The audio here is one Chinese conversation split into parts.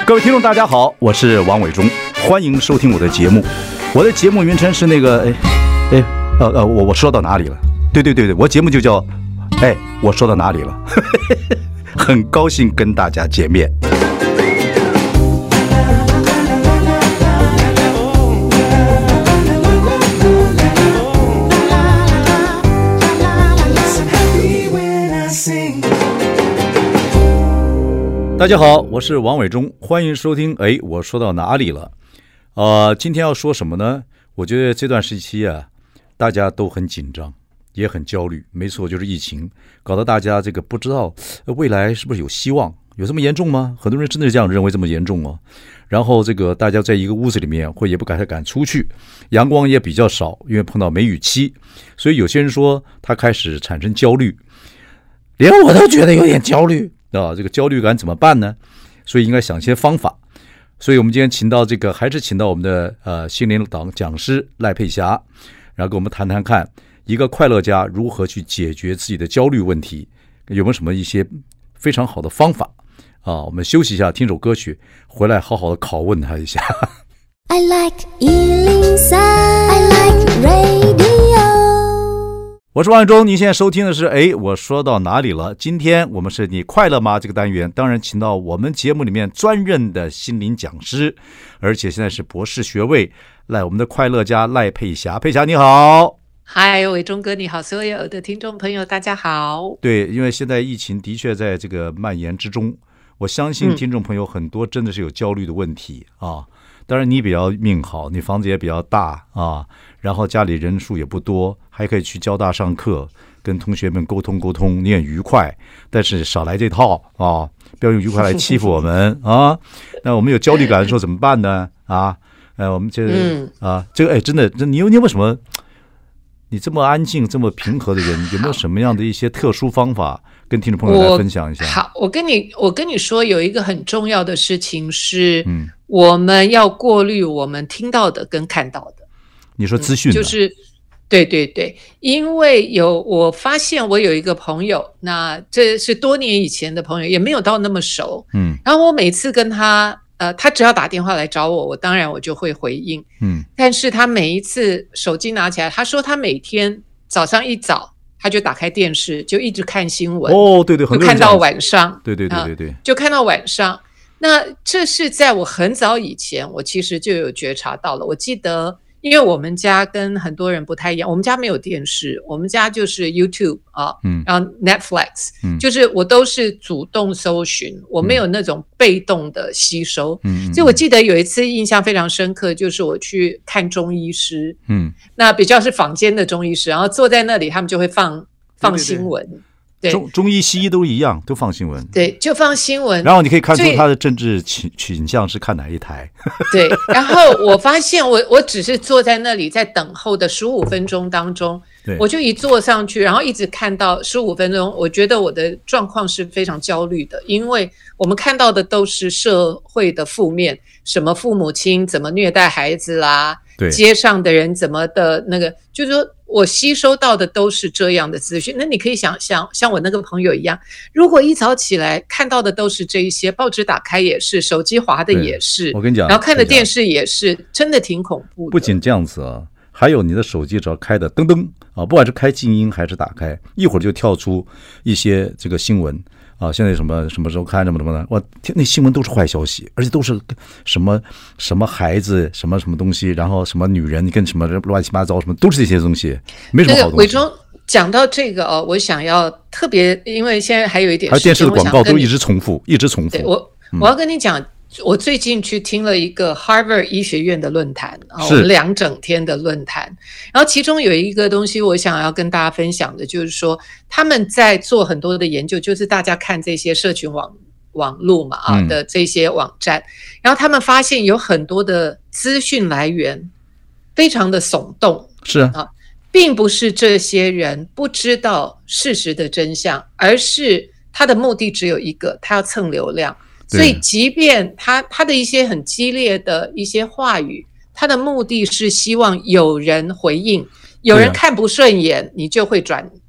各位听众大家好，我是王伟忠，欢迎收听我的节目。我的节目名称是那个我说到哪里了？对，我节目就叫我说到哪里了？很高兴跟大家见面。大家好，我是王伟忠，欢迎收听。我说到哪里了？今天要说什么呢？我觉得这段时期啊，大家都很紧张，也很焦虑。没错，就是疫情，搞得大家这个不知道未来是不是有希望，有这么严重吗？很多人真的是这样认为，这么严重哦。然后这个大家在一个屋子里面，也不敢出去，阳光也比较少，因为碰到梅雨期，所以有些人说他开始产生焦虑，连我都觉得有点焦虑。这个焦虑感怎么办呢？所以应该想些方法。所以我们今天还是请到我们的心灵党讲师赖佩霞，然后跟我们谈谈看一个快乐家如何去解决自己的焦虑问题，有没有什么一些非常好的方法啊？我们休息一下，听首歌曲，回来好好的拷问他一下。 I like 103, I like radio。 我是王伟忠，您现在收听的是我说到哪里了？今天我们是你快乐吗这个单元，当然请到我们节目里面专任的心灵讲师，而且现在是博士学位，我们的快乐家赖佩霞。佩霞你好。 嗨，伟忠哥你好，所有的听众朋友大家好。 对，因为现在疫情的确在这个蔓延之中，我相信听众朋友很多真的是有焦虑的问题啊。当然你比较命好，你房子也比较大啊，然后家里人数也不多，还可以去交大上课，跟同学们沟通，你很愉快。但是少来这套啊，不要用愉快来欺负我们啊。那我们有焦虑感的时候怎么办呢？我们这个真的，你有没有什么？你这么安静、这么平和的人，有没有什么样的一些特殊方法跟听众朋友来分享一下？ 好，我跟你说，有一个很重要的事情是，我们要过滤我们听到的跟看到的。 你说资讯就是对，因为我发现我有一个朋友，那这是多年以前的朋友，也没有到那么熟，然后我每次跟他他只要打电话来找我当然我就会回应，但是他每一次手机拿起来，他说他每天早上一早他就打开电视，就一直看新闻。对， 很多人就看到晚上。 对， 就看到晚上。那这是在我很早以前，我其实就有觉察到了。我记得，因为我们家跟很多人不太一样，我们家没有电视，我们家就是 YouTube 然后 Netflix，就是我都是主动搜寻，我没有那种被动的吸收。所以我记得有一次印象非常深刻，就是我去看中医师，那比较是坊间的中医师，然后坐在那里，他们就会放新闻。对， 中医西医都一样，都放新闻。 对，就放新闻。 然后你可以看出他的政治倾向是看哪一台。 对，然后我发现我只是坐在那里，在等候的15分钟当中，我就一坐上去，然后一直看到15分钟，我觉得我的状况是非常焦虑的，因为我们看到的都是社会的负面，什么父母亲怎么虐待孩子啦，街上的人怎么的那个，就是说我吸收到的都是这样的资讯。那你可以想象，像我那个朋友一样，如果一早起来看到的都是这一些，报纸打开也是，手机滑的也是， 我跟你讲， 然后看的电视也是，真的挺恐怖的。 不仅这样子啊，还有你的手机只要开的噔噔啊，不管是开静音还是打开，一会儿就跳出一些这个新闻啊，现在什么时候看什么的，哇，那新闻都是坏消息，而且都是什么孩子什么东西，然后什么女人跟什么乱七八糟，什么都是这些东西，没什么好东西。 伟忠讲到这个我想要特别，因为现在还有一点时间， 还有电视的广告都一直重复。对， 我要跟你讲。我最近去听了一个 Harvard 医学院的论坛，我们2整天的论坛，然后其中有一个东西我想要跟大家分享的，就是说他们在做很多的研究，就是大家看这些社群网络嘛的这些网站，然后他们发现有很多的资讯来源非常的耸动，并不是这些人不知道事实的真相，而是他的目的只有一个，他要蹭流量。所以即便他的一些很激烈的一些话语，他的目的是希望有人回应，有人看不顺眼，你就会转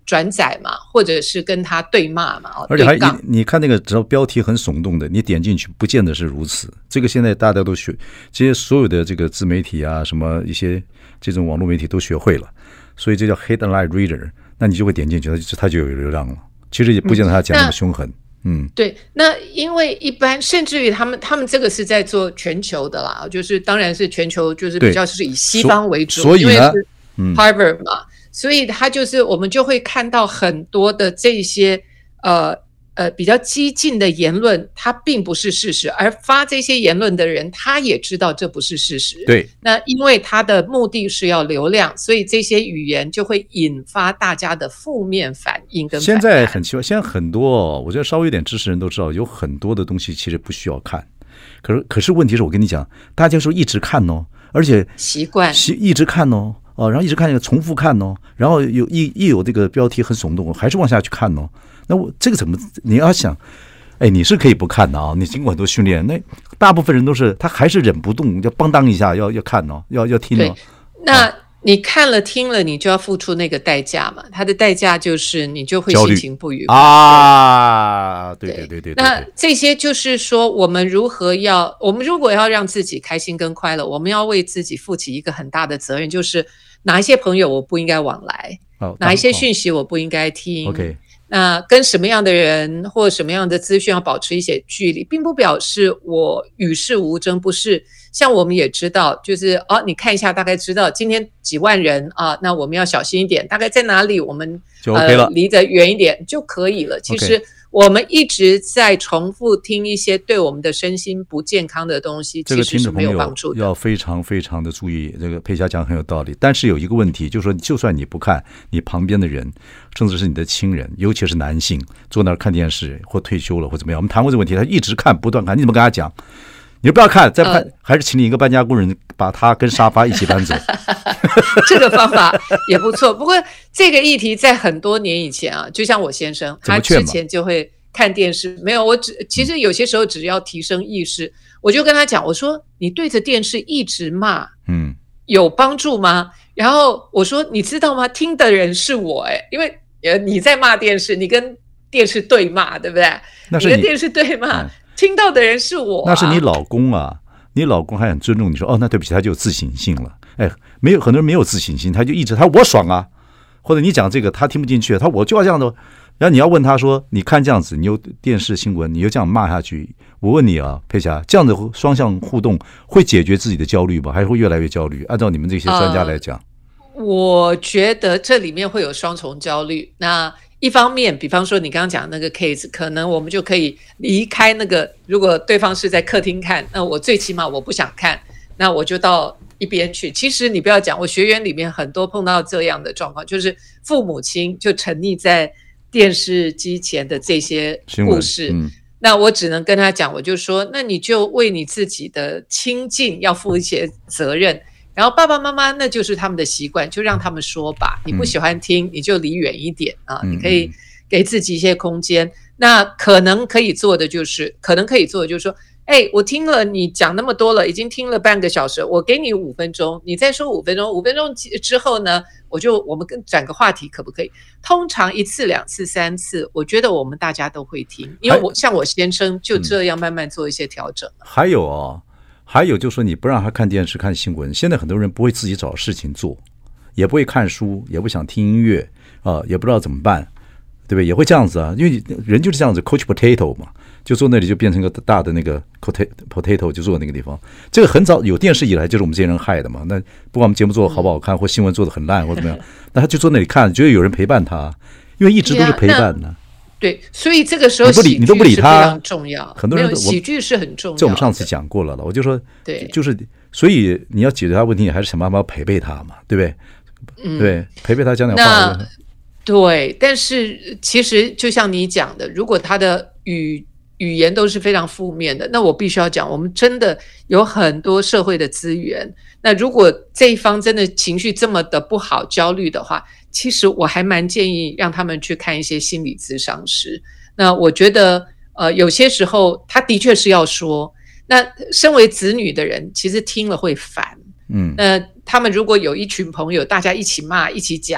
转载嘛，或者是跟他对骂嘛， 而且还你看那个只要标题很耸动的，你点进去不见得是如此。这个现在大家都学，这些所有的这个自媒体啊，什么一些这种网络媒体都学会了，所以这叫 headline reader， 那你就会点进去，他就有流量了。其实也不见得他讲那么凶狠。 对，那因为一般甚至于他们这个是在做全球的啦，就是当然是全球，就是比较是以西方为主， 所以呢， 因为是 Harvard 嘛，所以他就是我们就会看到很多的这些比较激进的言论，它并不是事实，而发这些言论的人他也知道这不是事实。 对， 那因为他的目的是要流量，所以这些语言就会引发大家的负面反应跟反弹。 现在很奇怪，现在很多我觉得稍微有点知识人都知道，有很多的东西其实不需要看。可是问题是我跟你讲，大家说一直看哦，而且习惯一直看哦，然后一直看，重复看哦，然后一有这个标题很耸动，还是往下去看哦。那我这个怎么？你要想，你是可以不看的啊。你经过很多训练，那大部分人都是他还是忍不动，要邦当一下，要看哦，要听哦。 对，那你看了听了，你就要付出那个代价嘛。它的代价就是你就会心情不愉快啊。对。 那这些就是说，我们如果要让自己开心跟快乐，我们要为自己负起一个很大的责任，就是哪一些朋友我不应该往来，哪一些讯息我不应该听。 OK。 那跟什么样的人或什么样的资讯要保持一些距离，并不表示我与世无争，不是。像我们也知道，就是你看一下，大概知道今天几万人啊，那我们要小心一点，大概在哪里，我们就 OK 了， 离得远一点就可以了。其实我们一直在重复听一些对我们的身心不健康的东西，其实是没有帮助的。 要非常非常的注意，这个佩霞讲很有道理。但是有一个问题，就是说，就算你不看，你旁边的人，甚至是你的亲人，尤其是男性，坐那儿看电视或退休了或怎么样，我们谈过这个问题，他一直看，不断看，你怎么跟他讲？你不要看，再看，还是请你一个搬家工人把他跟沙发一起搬走。 这个方法也不错。不过这个议题在很多年以前啊，就像我先生，他之前就会看电视，没有，其实有些时候只要提升意识，我就跟他讲，我说你对着电视一直骂，有帮助吗？然后我说你知道吗？听的人是我，因为你在骂电视，你跟电视对骂，对不对？你跟电视对骂。听到的人是我， 那是你老公啊，你老公还很尊重你说，那对不起，他就有自信心了。没有很多人没有自信心，他就一直他我爽啊，或者你讲这个他听不进去，我就要这样的。然后你要问他说，你看这样子，你有电视新闻，你又这样骂下去，我问你啊，佩霞，这样的双向互动会解决自己的焦虑吗？还是会越来越焦虑？按照你们这些专家来讲， 我觉得这里面会有双重焦虑。那一方面，比方说你刚刚讲的那个 case， 可能我们就可以离开那个，如果对方是在客厅看，那我最起码我不想看，那我就到一边去。其实你不要讲，我学员里面很多碰到这样的状况，就是父母亲就沉溺在电视机前的这些故事。那我只能跟他讲，我就说，那你就为你自己的亲近要负一些责任。然后爸爸妈妈那就是他们的习惯，就让他们说吧，你不喜欢听你就离远一点啊，你可以给自己一些空间。那可能可以做的就是说，我听了你讲那么多了，已经听了半个小时，我给你5分钟，你再说5分钟，5分钟之后呢，我们转个话题可不可以？通常1次、2次、3次，我觉得我们大家都会听，因为像我先生就这样慢慢做一些调整。 还有就是说，你不让他看电视看新闻，现在很多人不会自己找事情做，也不会看书，也不想听音乐也不知道怎么办，对不对？也会这样子啊，因为人就是这样子 ，coach potato 嘛，就坐那里就变成一个大的那个 potato， 就坐那个地方。这个很早有电视以来就是我们这些人害的嘛。那不管我们节目做的好不好看，或新闻做的很烂或怎么样，那他就坐那里看，觉得有人陪伴他，因为一直都是陪伴呢。 对，所以这个时候你都不理他， 非常重要。 很多人喜剧是很重要的。 这我们上次讲过了，我就说， 对， 就是所以你要解决他问题，你还是想办法陪他嘛，对不对？对，陪他讲点话。 对，但是其实就像你讲的，如果他的语言都是非常负面的，那我必须要讲，我们真的有很多社会的资源。那如果这一方真的情绪这么的不好、焦虑的话，其实我还蛮建议让他们去看一些心理咨商师。那我觉得有些时候他的确是要说，那身为子女的人其实听了会烦。那他们如果有一群朋友大家一起骂一起讲，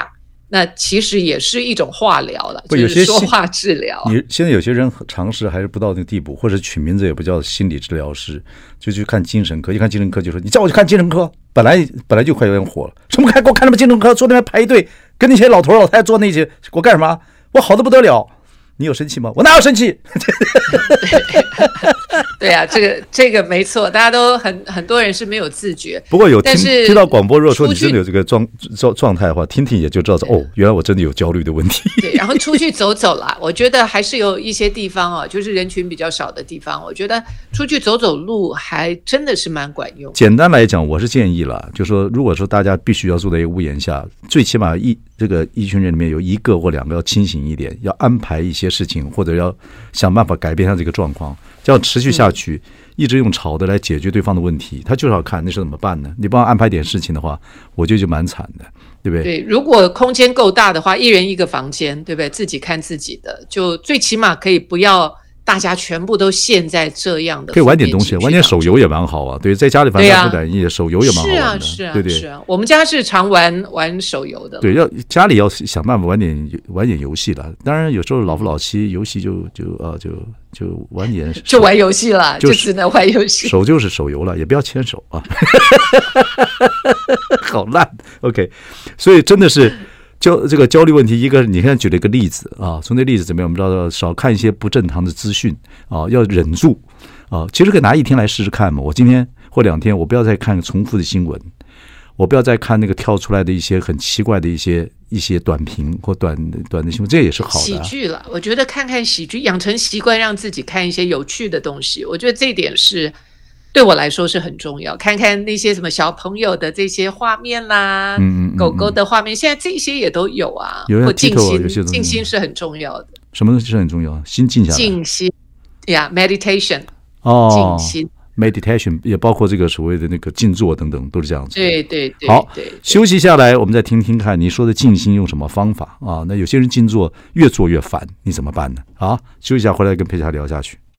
那其实也是一种化疗了， 不就是说话治疗。 你现在有些人尝试还是不到那个地步，或者取名字也不叫心理治疗师，就去看精神科，一看精神科就说你叫我去看精神科，本来就快有点火了，什么给我看他们精神科，坐那边排队跟那些老头老太太坐那些，给我干什么？我好的不得了。你有生气吗？我哪有生气？ 对啊，这个没错，大家都很多人是没有自觉。 不过但是听到广播，如果说你真的有这个状态的话，听听也就知道哦，原来我真的有焦虑的问题。 对，然后出去走走啦，我觉得还是有一些地方就是人群比较少的地方，我觉得出去走走路还真的是蛮管用。 简单来讲，我是建议了，就是说，如果说大家必须要住在一个屋檐下，最起码这个一群人里面有1个或2个要清醒一点，要安排一些事情，或者要想办法改变他这个状况，这样持续下去，一直用吵的来解决对方的问题，他就是要看那时候怎么办呢？你帮我安排点事情的话，我觉得就蛮惨的，对不对？ 对，如果空间够大的话，一人一个房间，对不对？自己看自己的，就最起码可以不要大家全部都陷在这样的。 可以玩点东西，玩点手游也蛮好啊。对，在家里反正不染疫，手游也蛮好玩的。 是啊， 对对， 是啊，我们家是常玩手游的。 对，家里要想办法玩点游戏了。当然有时候老夫老妻，游戏就玩点， 就玩游戏了，就只能玩游戏。 手就是手游了，也不要牵手啊。好烂 ，OK。所以真的是。这个焦虑问题，一个你看举了一个例子啊，从这例子怎么样？我们知道少看一些不正常的资讯啊，要忍住啊。其实可以拿1天来试试看嘛。我今天或2天，我不要再看重复的新闻，我不要再看那个跳出来的一些很奇怪的一些短评或短的新闻，这也是好的。 喜剧了，我觉得看看喜剧，养成习惯，让自己看一些有趣的东西，我觉得这一点是。对我来说是很重要，看看那些什么小朋友的这些画面啦，狗狗的画面，现在这些也都有啊。或静心是很重要的。 什么东西是很重要？心静下来。 静心呀 ，meditation。静心 ，meditation 也包括这个所谓的那个静坐等等，都是这样子。 对对对。 好，休息下来，我们再听听看你说的静心用什么方法啊？那有些人静坐越做越烦，你怎么办呢？啊，休息一下，回来跟佩霞聊下去。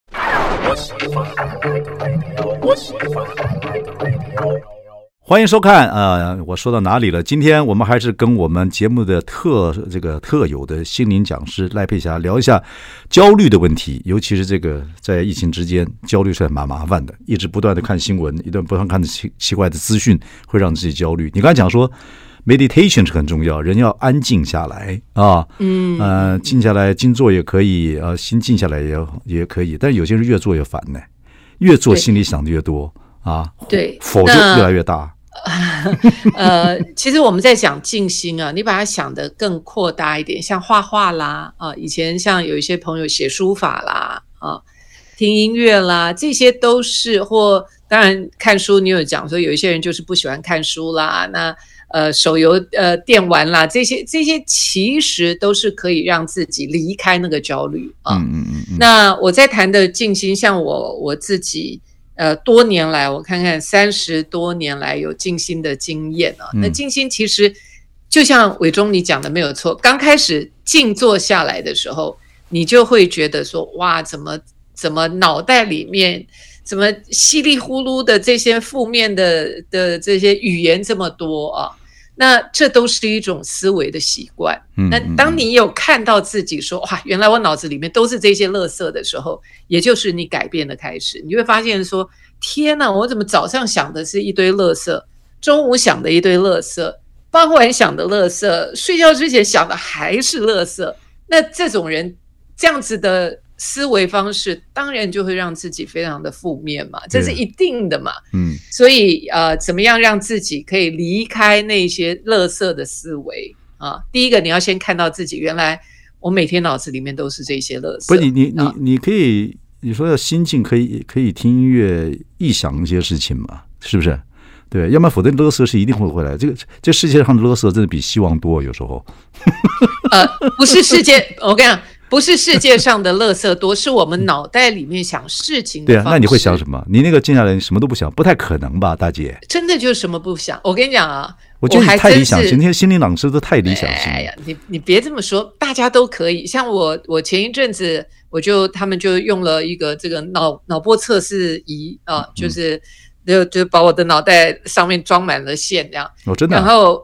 欢迎收看我说到哪里了？今天我们还是跟我们节目的特有的心灵讲师赖佩霞聊一下焦虑的问题，尤其是这个在疫情之间，焦虑是蛮麻烦的，一直不断的看新闻，一段不断看奇怪的资讯，会让自己焦虑。你刚才讲说 meditation 是很重要，人要安静下来啊，静下来，静坐也可以，心静下来也可以，但是有些人越做越烦呢，越做心里想的越多啊， 对， 火就越来越大。 其实我们在讲静心啊，你把它想得更扩大一点，像画画啦，以前像有一些朋友写书法啦，听音乐啦，这些都是，或当然看书，你有讲说有一些人就是不喜欢看书啦，那手游电玩啦，这些其实都是可以让自己离开那个焦虑啊。那我在谈的静心，像我自己。多年来，我看看30多年来有静心的经验啊。那静心其实就像伟忠你讲的没有错，刚开始静坐下来的时候，你就会觉得说，哇，怎么脑袋里面怎么稀里呼噜的这些负面的这些语言这么多啊？那这都是一种思维的习惯。那当你有看到自己说，哇，原来我脑子里面都是这些垃圾的时候，也就是你改变的开始。你会发现说，天哪，我怎么早上想的是一堆垃圾，中午想的一堆垃圾，傍晚想的垃圾，睡觉之前想的还是垃圾。那这种人这样子的思维方式当然就会让自己非常的负面嘛，这是一定的嘛。所以怎么样让自己可以离开那些垃圾的思维啊？第一个你要先看到自己，原来我每天脑子里面都是这些垃圾。 不是你可以，你说要心境可以听音乐臆想一些事情嘛，是不是？对，要不然否则垃圾是一定会回来。这世界上的垃圾真的比希望多，有时候。 不是世界，我跟你讲。不是世界上的垃圾多，是我们脑袋里面想事情的方式。 对啊，那你会想什么？你那个静下来，你什么都不想，不太可能吧，大姐？ 真的就是什么不想。我跟你讲啊， 我觉得你太理想型，那些心灵老师都太理想型。 哎呀，你别这么说，大家都可以。像我前一阵子，他们就用了一个这个脑波测试仪啊，就把我的脑袋上面装满了线这样。 真的。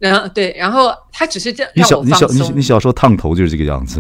然后对，然后他只是这你让我放松。 你小时候烫头就是这个样子。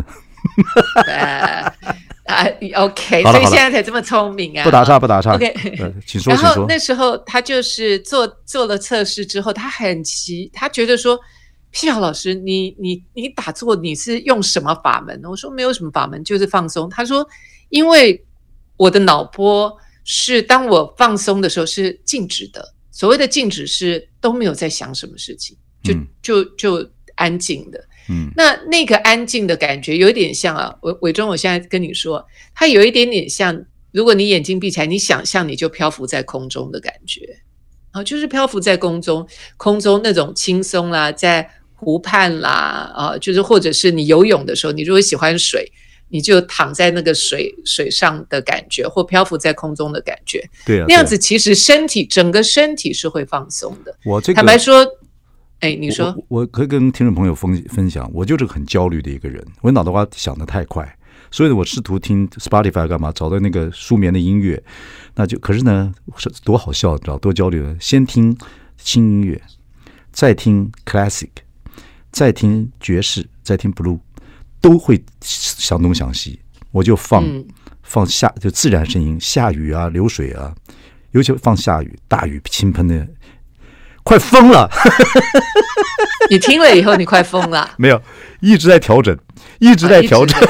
OK， 好了所以现在才这么聪明啊！ 不打岔。 OK， 请说。 然后那时候他就是做了测试之后，他觉得说，辟谣老师，你打坐你是用什么法门？我说没有什么法门，就是放松。他说，因为我的脑波是当我放松的时候是静止的，所谓的静止是都没有在想什么事情，就安静的。那个安静的感觉有一点像啊，伟忠，我现在跟你说，它有一点点像，如果你眼睛闭起来，你想象你就漂浮在空中的感觉，就是漂浮在空中那种轻松啦，在湖畔啦，就是或者是你游泳的时候，你如果喜欢水，你就躺在那个水上的感觉，或漂浮在空中的感觉， 对啊， 那样子其实整个身体是会放松的。 我这个坦白说。你说我可以跟听众朋友分享，我就是很焦虑的一个人，我脑袋瓜想得太快，所以我试图听 Spotify 干嘛，找到那个舒眠的音乐，可是呢，多好笑，你知道多焦虑呢？先听轻音乐，再听 Classic， 再听爵士，再听 Blue， 都会想东想西，我就放就自然声音，下雨啊，流水啊，尤其放下雨，大雨倾盆的。快疯了！ 你听了以后，你快疯了？ 没有，一直在调整，一直在调整，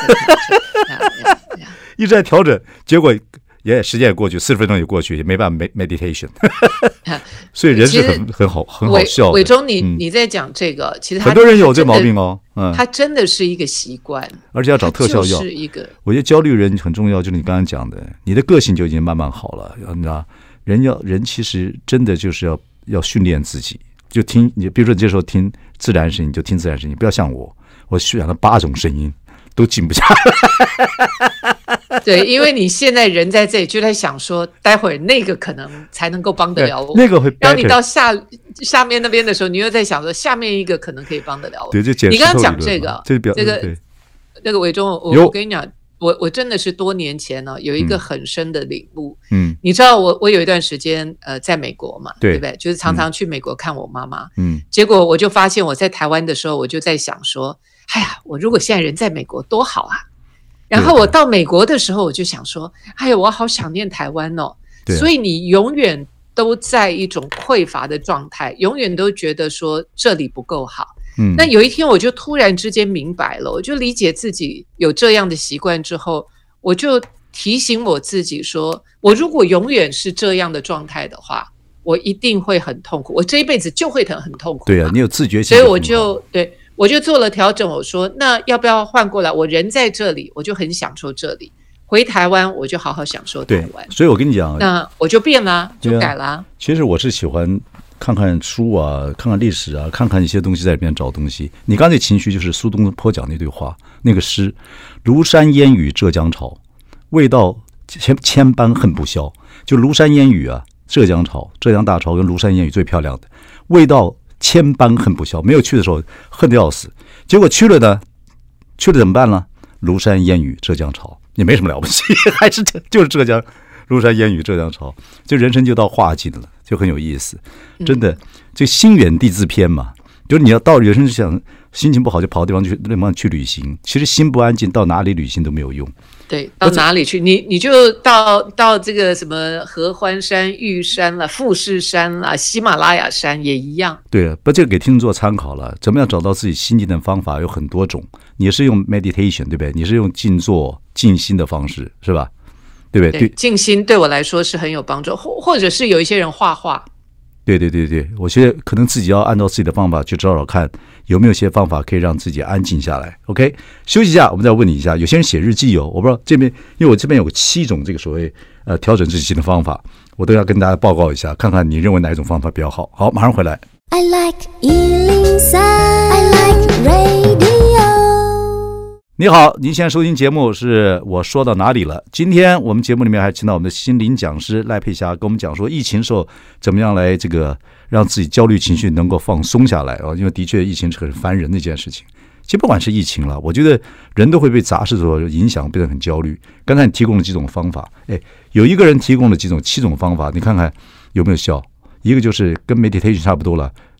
一直在调整。结果时间也过去，40分钟也过去，也没办法 meditation。所以人是很好笑的。 伟忠，你在讲这个，其实很多人有这毛病哦。 它真的是一个习惯， 而且要找特效药。 是一个， 我觉得焦虑人很重要，就是你刚刚讲的，你的个性就已经慢慢好了，你知道，人其实真的就是要训练自己，就听你，比如说你这时候听自然声音，就听自然声音，不要像我选了8种声音都静不下来。 对，因为你现在人在这里就在想说，待会儿那个可能才能够帮得了我， 那个会。 然后你到下面那边的时候，你又在想说下面一个可能可以帮得了我。 对， 你刚刚讲这个那个伟忠，我跟你讲。我真的是多年前呢，有一个很深的领悟。你知道我有一段时间在美国嘛，对不对？就是常常去美国看我妈妈。结果我就发现我在台湾的时候，我就在想说，哎呀，我如果现在人在美国多好啊！然后我到美国的时候，我就想说，哎呀，我好想念台湾哦。所以你永远都在一种匮乏的状态，永远都觉得说这里不够好。那有一天我就突然之间明白了，我就理解自己有这样的习惯之后，我就提醒我自己说，我如果永远是这样的状态的话，我一定会很痛苦，我这一辈子就会很痛苦。 对啊，你有自觉性， 所以我就做了调整，我说那要不要换过来，我人在这里我就很享受这里，回台湾我就好好享受台湾。 所以我跟你讲， 那我就变了，就改了。 其实我是喜欢看看书啊，看看历史啊，看看一些东西，在里面找东西。你刚才情绪就是苏东坡讲那句话，那个诗“庐山烟雨浙江潮，味道千般恨不消”。就庐山烟雨啊，浙江潮，浙江大潮跟庐山烟雨最漂亮的，味道千般恨不消。没有去的时候恨得要死，结果去了呢，去了怎么办呢？庐山烟雨浙江潮也没什么了不起，还是就是浙江。庐山烟雨浙江潮，就人生就到画境了，就很有意思。真的，这心远地自偏嘛，就是你要到人生想心情不好就跑到地方去旅行，其实心不安静，到哪里旅行都没有用。 对，到哪里去？你就到这个什么合欢山、玉山啦、富士山啦、喜马拉雅山也一样。 对啊，这个给听众做参考了。怎么样找到自己心境的方法有很多种，你是用 meditation 对不对？你是用静坐静心的方式是吧？对不对？ 静心对我来说是很有帮助，或者是有一些人画画。 对，我觉得可能自己要按照自己的方法去找找看，有没有些方法可以让自己安静下来。OK， 休息一下，我们再问你一下，有些人写日记哦，我不知道这边，因为我这边有7种这个所谓调整自己的方法，我都要跟大家报告一下，看看你认为哪一种方法比较好。好，马上回来。 I like 103, I like radio。 你好，您现在收听节目是我说到哪里了？今天我们节目里面还请到我们的心灵讲师赖佩霞，跟我们讲说疫情时候怎么样来这个让自己焦虑情绪能够放松下来啊？因为的确疫情是很烦人的一件事情。其实不管是疫情了，我觉得人都会被杂事所影响，变得很焦虑。刚才你提供了几种方法，有一个人提供了7种方法，你看看有没有效？一个就是跟 meditation 差不多了，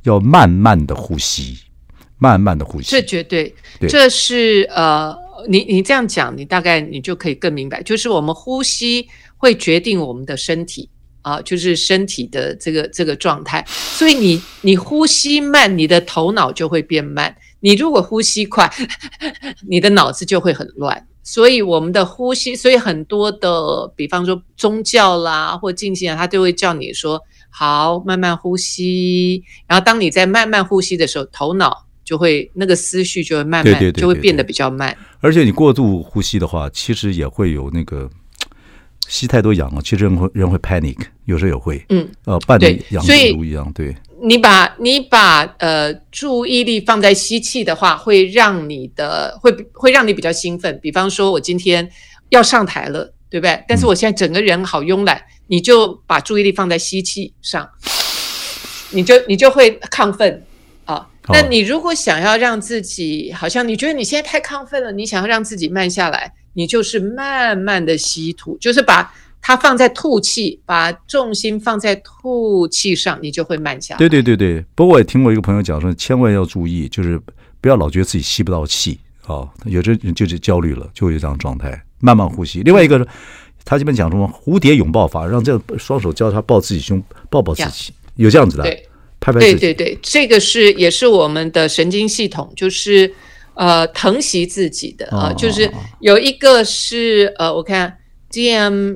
要慢慢的呼吸，慢慢的呼吸。 这绝对， 对这是你这样讲，你大概你就可以更明白，就是我们呼吸会决定我们的身体啊，就是身体的这个状态。所以你呼吸慢，你的头脑就会变慢；你如果呼吸快，你的脑子就会很乱。所以我们的呼吸，所以很多的，比方说宗教啦或静心啊，他就会叫你说好，慢慢呼吸。然后当你在慢慢呼吸的时候，头脑就会那个思绪就会慢慢就会变得比较慢。 而且你过度呼吸的话，其实也会有那个吸太多氧啊，其实人会 panic， 有时候也会，伴着氧气毒一样，对。你把注意力放在吸气的话，会让你比较兴奋。比方说，我今天要上台了，对不对？但是我现在整个人好慵懒，你就把注意力放在吸气上，你就会亢奋啊。那你如果想要让自己好像你觉得你现在太亢奋了，你想要让自己慢下来，你就是慢慢的吸吐，就是把它放在吐气，把重心放在吐气上，你就会慢下来。 对对对对，不过我也听过一个朋友讲说，千万要注意，就是不要老觉得自己吸不到气啊，有的人就是焦虑了，就会有这样的状态，慢慢呼吸。另外一个，他这边讲什么蝴蝶拥抱法，让这样双手交叉抱自己胸，抱抱自己，有这样子的， 对， 拍拍自己。 对对对，这个也是我们的神经系统，就是疼惜自己的啊，就是有一个是我看 DMAR，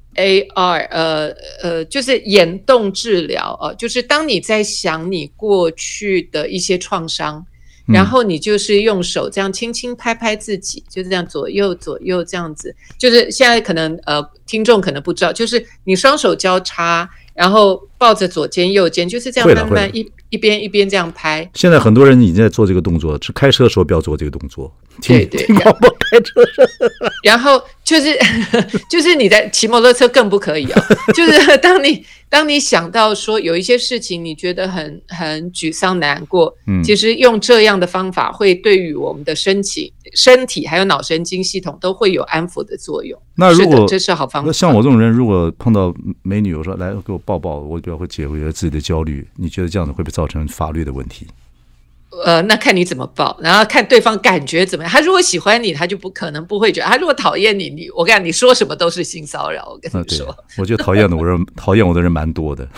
就是眼动治疗就是当你在想你过去的一些创伤，然后你就是用手这样轻轻拍拍自己，就是这样左右左右这样子，就是现在可能听众可能不知道，就是你双手交叉，然后抱着左肩右肩，就是这样慢慢一边一边这样拍。 现在很多人已经在做这个动作，是开车的时候不要做这个动作。 对对， 听广播开车上。 然后就是你在骑摩托车更不可以就是当你想到说有一些事情你觉得很沮丧难过，其实用这样的方法会对于我们的身体还有脑神经系统都会有安抚的作用。 那如果这是好方法。 像我这种人，如果碰到美女，我说来给我抱抱，我比较会解决自己的焦虑。你觉得这样子会不会造成法律的问题？ 那看你怎么抱，然后看对方感觉怎么样。他如果喜欢你，他就可能不会觉得；他如果讨厌你，我跟你说什么都是性骚扰。我跟你说， 我觉得讨厌我的人蛮多的。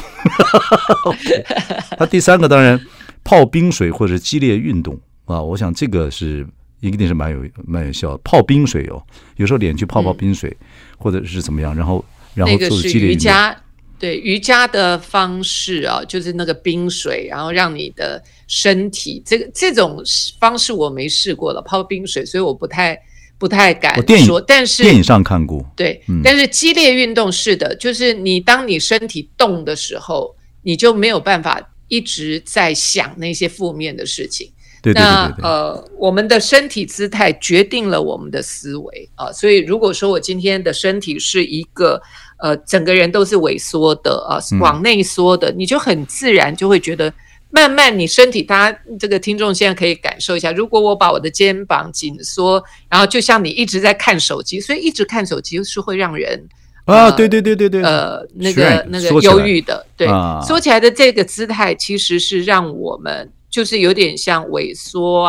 他第三个当然泡冰水或者激烈运动啊，我想这个是一定是蛮有效的。泡冰水有时候脸去泡冰水，或者是怎么样，然后做激烈运动。 对瑜伽的方式就是那个冰水，然后让你的身体这种方式我没试过了，泡冰水，所以我不太敢说。但是电影上看过。 对，但是激烈运动是的，就是当你身体动的时候，你就没有办法一直在想那些负面的事情。 对。 我们的身体姿态决定了我们的思维所以如果说我今天的身体是一个整个人都是萎缩的往内缩的，你就很自然就会觉得慢慢你身体，大家这个听众现在可以感受一下，如果我把我的肩膀紧缩，然后就像你一直在看手机，所以一直看手机是会让人对那个忧郁的。对，缩起来的这个姿态其实是让我们就是有点像萎缩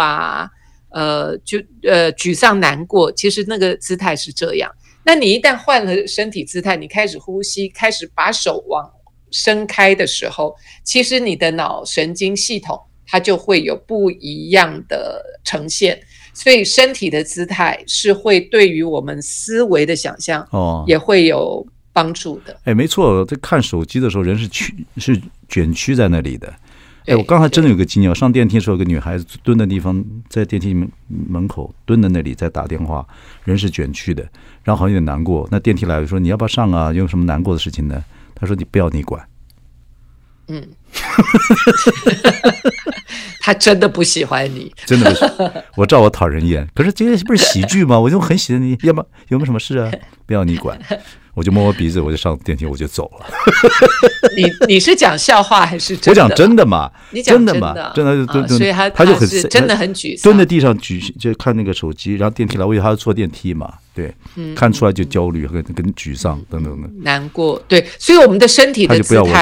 沮丧难过，其实那个姿态是这样。那你一旦换了身体姿态，你开始呼吸，开始把手往伸开的时候，其实你的脑神经系统它就会有不一样的呈现。所以身体的姿态是会对于我们思维的想象也会有帮助的。 没错，在看手机的时候人是卷曲在那里的。我刚才真的有个经验，上电梯的时候有个女孩子蹲的地方，在电梯门口蹲在那里在打电话，人是卷曲的，然后好像有点难过。那电梯来了说你要不要上啊，有什么难过的事情呢？她说你不要你管。 他真的不喜欢你， 真的不是，我知道我讨人厌，可是今天不是喜剧吗？我就很喜欢你，要不有没有什么事啊？不要你管，我就摸摸鼻子，我就上电梯，我就走了。 你是讲笑话还是真的？ 我讲真的嘛， 你讲真的嘛， 真的所以他就很真的很沮丧， 蹲在地上就看那个手机，然后电梯来，我以为他要坐电梯嘛，对，看出来就焦虑跟沮丧等等的， 难过，对，所以我们的身体的姿态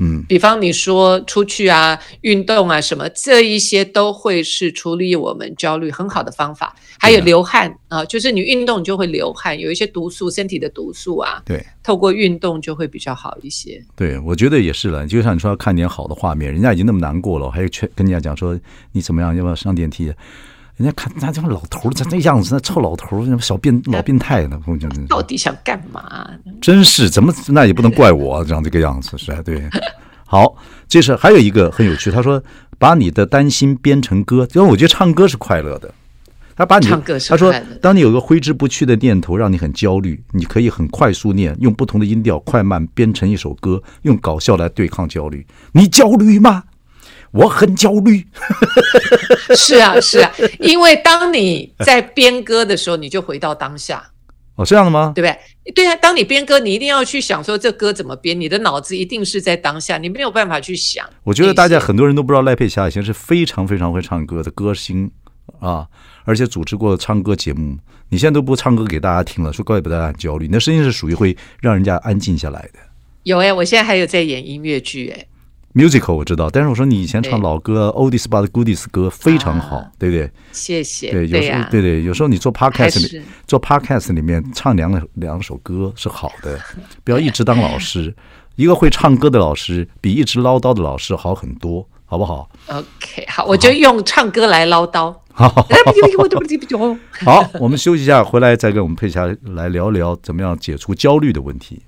比方你说出去啊、运动啊什么，这一些都会是处理我们焦虑很好的方法。还有流汗啊，就是你运动你就会流汗，有一些毒素，身体的毒素啊， 对， 透过运动就会比较好一些。 对，我觉得也是了。就像你说要看点好的画面，人家已经那么难过了，还有跟人家讲说你怎么样，要不要上电梯？人家看那这老头儿，这样子，那臭老头儿，老变态呢， 到底想干嘛？ 真是怎么那也不能怪我这样这个样子，是吧？对。好，这是还有一个很有趣，他说把你的担心编成歌，因为我觉得唱歌是快乐的。他说，当你有个挥之不去的念头让你很焦虑，你可以很快速念，用不同的音调快慢编成一首歌，用搞笑来对抗焦虑。你焦虑吗？我很焦虑。 是啊，因为当你在编歌的时候，你就回到当下。 哦，这样的吗？ 对不对？对啊，当你编歌，你一定要去想说这歌怎么编，你的脑子一定是在当下，你没有办法去想。 我觉得大家很多人都不知道赖佩霞以前是非常非常会唱歌的歌星啊，而且主持过唱歌节目。你现在都不唱歌给大家听了，说怪不得大家很焦虑。你的声音是属于会让人家安静下来的。 有我现在还有在演音乐剧 musical 我知道，但是我说你以前唱老歌 oldies but goodies 歌非常好，对不对？ 谢谢。 对，有时候对，有时候你做 podcast 里面唱两首歌是好的，不要一直当老师。一个会唱歌的老师比一直唠叨的老师好很多，好不好 ？OK， 好，我就用唱歌来唠叨。 好，我们休息一下，回来再跟我们佩霞来聊聊怎么样解除焦虑的问题。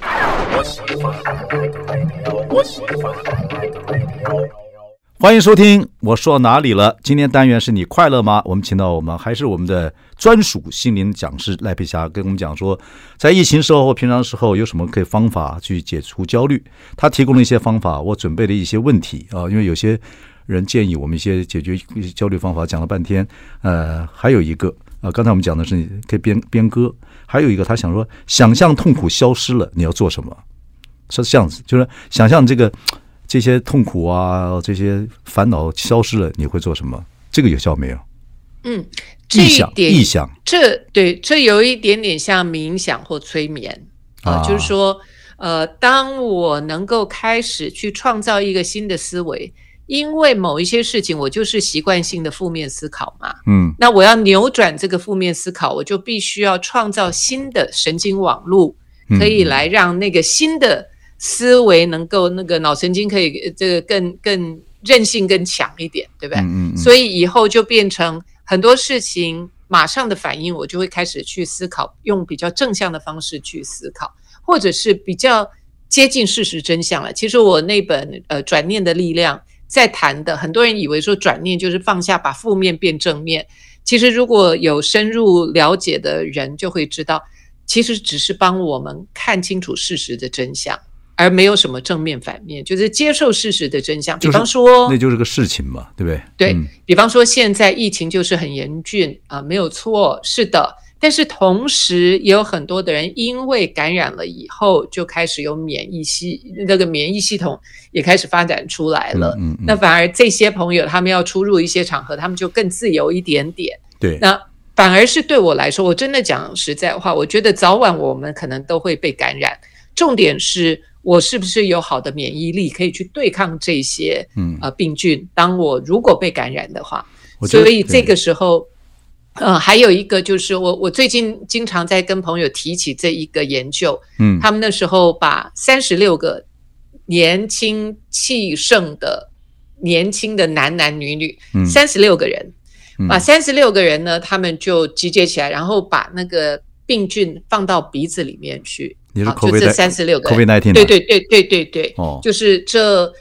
欢迎收听我说到哪里了，今天单元是你快乐吗？我们请到还是我们的专属心灵讲师赖佩霞，跟我们讲说在疫情时候或平常时候有什么可以方法去解除焦虑。他提供了一些方法，我准备了一些问题因为有些人建议我们一些解决焦虑方法，讲了半天。还有一个刚才我们讲的是可以编歌，还有一个他想说想象痛苦消失了你要做什么，是这样子，就是想象这些痛苦啊，这些烦恼消失了，你会做什么？这个有效没有？臆想， 这有一点点像冥想或催眠就是说，当我能够开始去创造一个新的思维，因为某一些事情我就是习惯性的负面思考嘛，那我要扭转这个负面思考，我就必须要创造新的神经网络，可以来让那个新的思维能够那个脑神经可以这个更韧性更强一点，对不对？所以以后就变成很多事情马上的反应，我就会开始去思考，用比较正向的方式去思考，或者是比较接近事实真相了。其实我那本转念的力量在谈的，很多人以为说转念就是放下，把负面变正面。其实如果有深入了解的人就会知道，其实只是帮我们看清楚事实的真相，而没有什么正面反面，就是接受事实的真相。比方说， 那就是个事情嘛，对不对？ 对，比方说现在疫情就是很严峻没有错，是的。但是同时也有很多的人因为感染了以后就开始有免疫系统也开始发展出来了。那反而这些朋友他们要出入一些场合，他们就更自由一点点。 对， 那反而是对我来说，我真的讲实在话，我觉得早晚我们可能都会被感染。重点是我是不是有好的免疫力可以去对抗这些病菌，当我如果被感染的话。所以这个时候还有一个就是我最近经常在跟朋友提起这一个研究，他们那时候把36个年轻气盛的年轻的男女36个人，把36个人呢，他们就集结起来，然后把那个病菌放到鼻子里面去。 你是就这36个人 COVID-19 对，就是这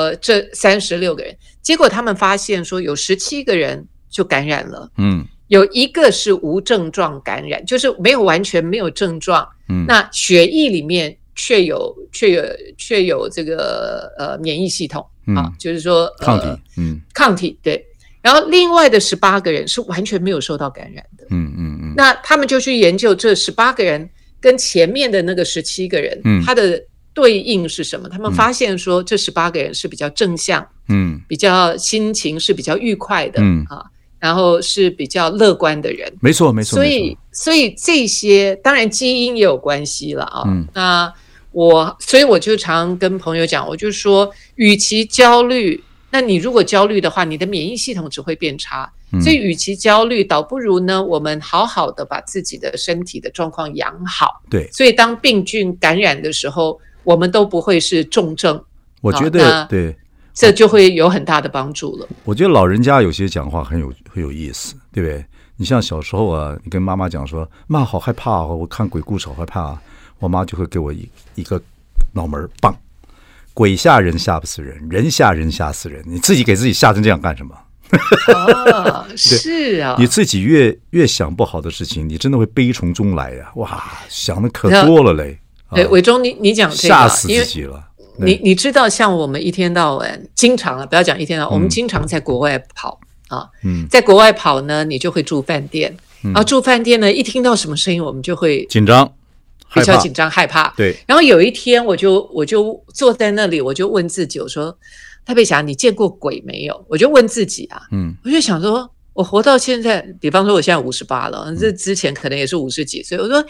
36个人，结果他们发现说有17个人就感染了，有一个是无症状感染，就是完全没有症状，那血液里面却有这个免疫系统就是说抗体对。然后另外的18个人是完全没有受到感染的，那他们就去研究这18个人跟前面的那个17个人，他的对应是什么？他们发现说这18个人是比较正向，比较心情是比较愉快的，然后是比较乐观的人。 没错。 所以这些当然基因也有关系了那所以我就常跟朋友讲，我就说，与其焦虑，那你如果焦虑的话，你的免疫系统只会变差。所以与其焦虑，倒不如呢，我们好好的把自己的身体的状况养好。 对， 所以当病菌感染的时候，我们都不会是重症。 我觉得对， 这就会有很大的帮助了。 我觉得老人家有些讲话很有意思，对不对？你像小时候啊，你跟妈妈讲说，妈好害怕我看鬼故事好害怕啊，我妈就会给我一个脑门棒，鬼吓人吓不死人，人吓人吓死人，你自己给自己吓成这样干什么？ 哦，是啊， 你自己越想不好的事情，你真的会悲从中来呀！哇，想的可多了嘞。 对，伟忠，你讲这个， 吓死自己了。 你知道，像我们一天到晚，经常了，不要讲一天到晚，我们经常在国外跑啊。在国外跑呢，你就会住饭店，然后住饭店呢，一听到什么声音，我们就会紧张， 比较紧张害怕。 对。 然后有一天，我就坐在那里，我就问自己，我说，戴佩霞，你见过鬼没有？我就问自己啊，我就想说，我活到现在，比方说我现在58了，这之前可能也是50几岁，我说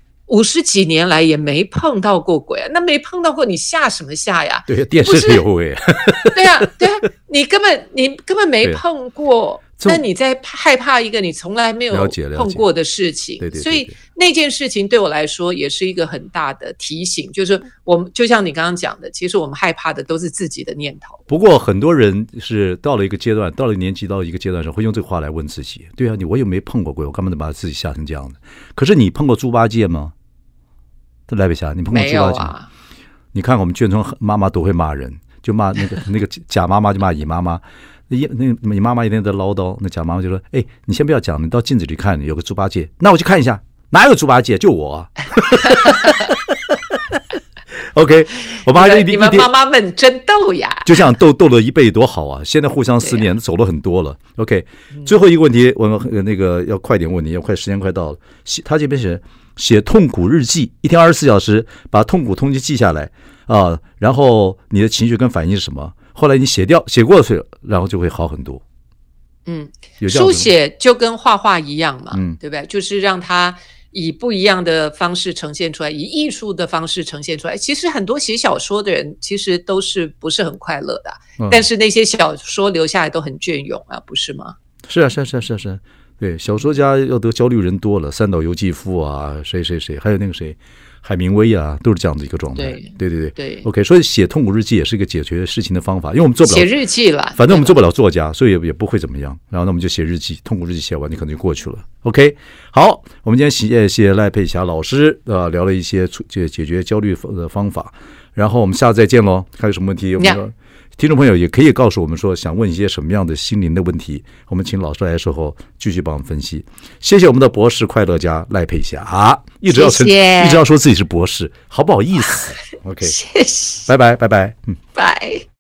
50几年来也没碰到过鬼啊，那没碰到过，你吓什么吓呀？ 对，电视里有鬼。 对啊，你根本没碰过。那你在害怕一个你从来没有碰过的事情， 对， 所以那件事情对我来说也是一个很大的提醒，就是我们就像你刚刚讲的，其实我们害怕的都是自己的念头。 不过很多人是到了一个阶段，到了年纪，到了一个阶段上，会用这个话来问自己：对啊，我又没碰过鬼，我干嘛能把自己吓成这样的？可是你碰过猪八戒吗？赖佩霞，你碰过猪八戒？啊、你看我们眷村妈妈多会骂人，就骂那个假妈妈，就骂乙妈妈。你妈妈一天在唠叨，那假妈妈就说：“哎，你先不要讲，你到镜子里看，有个猪八戒，那我去看一下，哪有猪八戒？就我、啊。”OK， 我们还你们妈妈们真逗呀！ 就这样斗了一辈多好啊！现在互相思念，走了很多了。OK， 最后一个问题，我们那个要快点问你，时间快到了。他这边写痛苦日记，一天24小时，把痛苦通知记下来啊，然后你的情绪跟反应是什么？后来你写过去，然后就会好很多。 书写就跟画画一样嘛，对不对？就是让它以不一样的方式呈现出来，以艺术的方式呈现出来。其实很多写小说的人，其实都是不是很快乐的，但是那些小说留下来都很隽永啊，不是吗？ 是啊。对，小说家要得焦虑人多了，三岛由纪夫啊，谁，还有那个谁。海明威啊，都是这样子一个状态。对。OK， 所以写痛苦日记也是一个解决事情的方法，因为我们做不了写日记了， 反正我们做不了作家，所以也不会怎么样。然后那我们就写日记，痛苦日记写完，你可能就过去了。OK， 好，我们今天谢谢赖佩霞老师聊了一些解决焦虑的方法。然后我们下次再见喽，看有什么问题，我们听众朋友也可以告诉我们说想问一些什么样的心灵的问题，我们请老师来的时候继续帮我们分析。谢谢我们的博士快乐家赖佩霞，一直要说自己是博士，好不好意思？OK， 谢谢， 拜拜， 拜。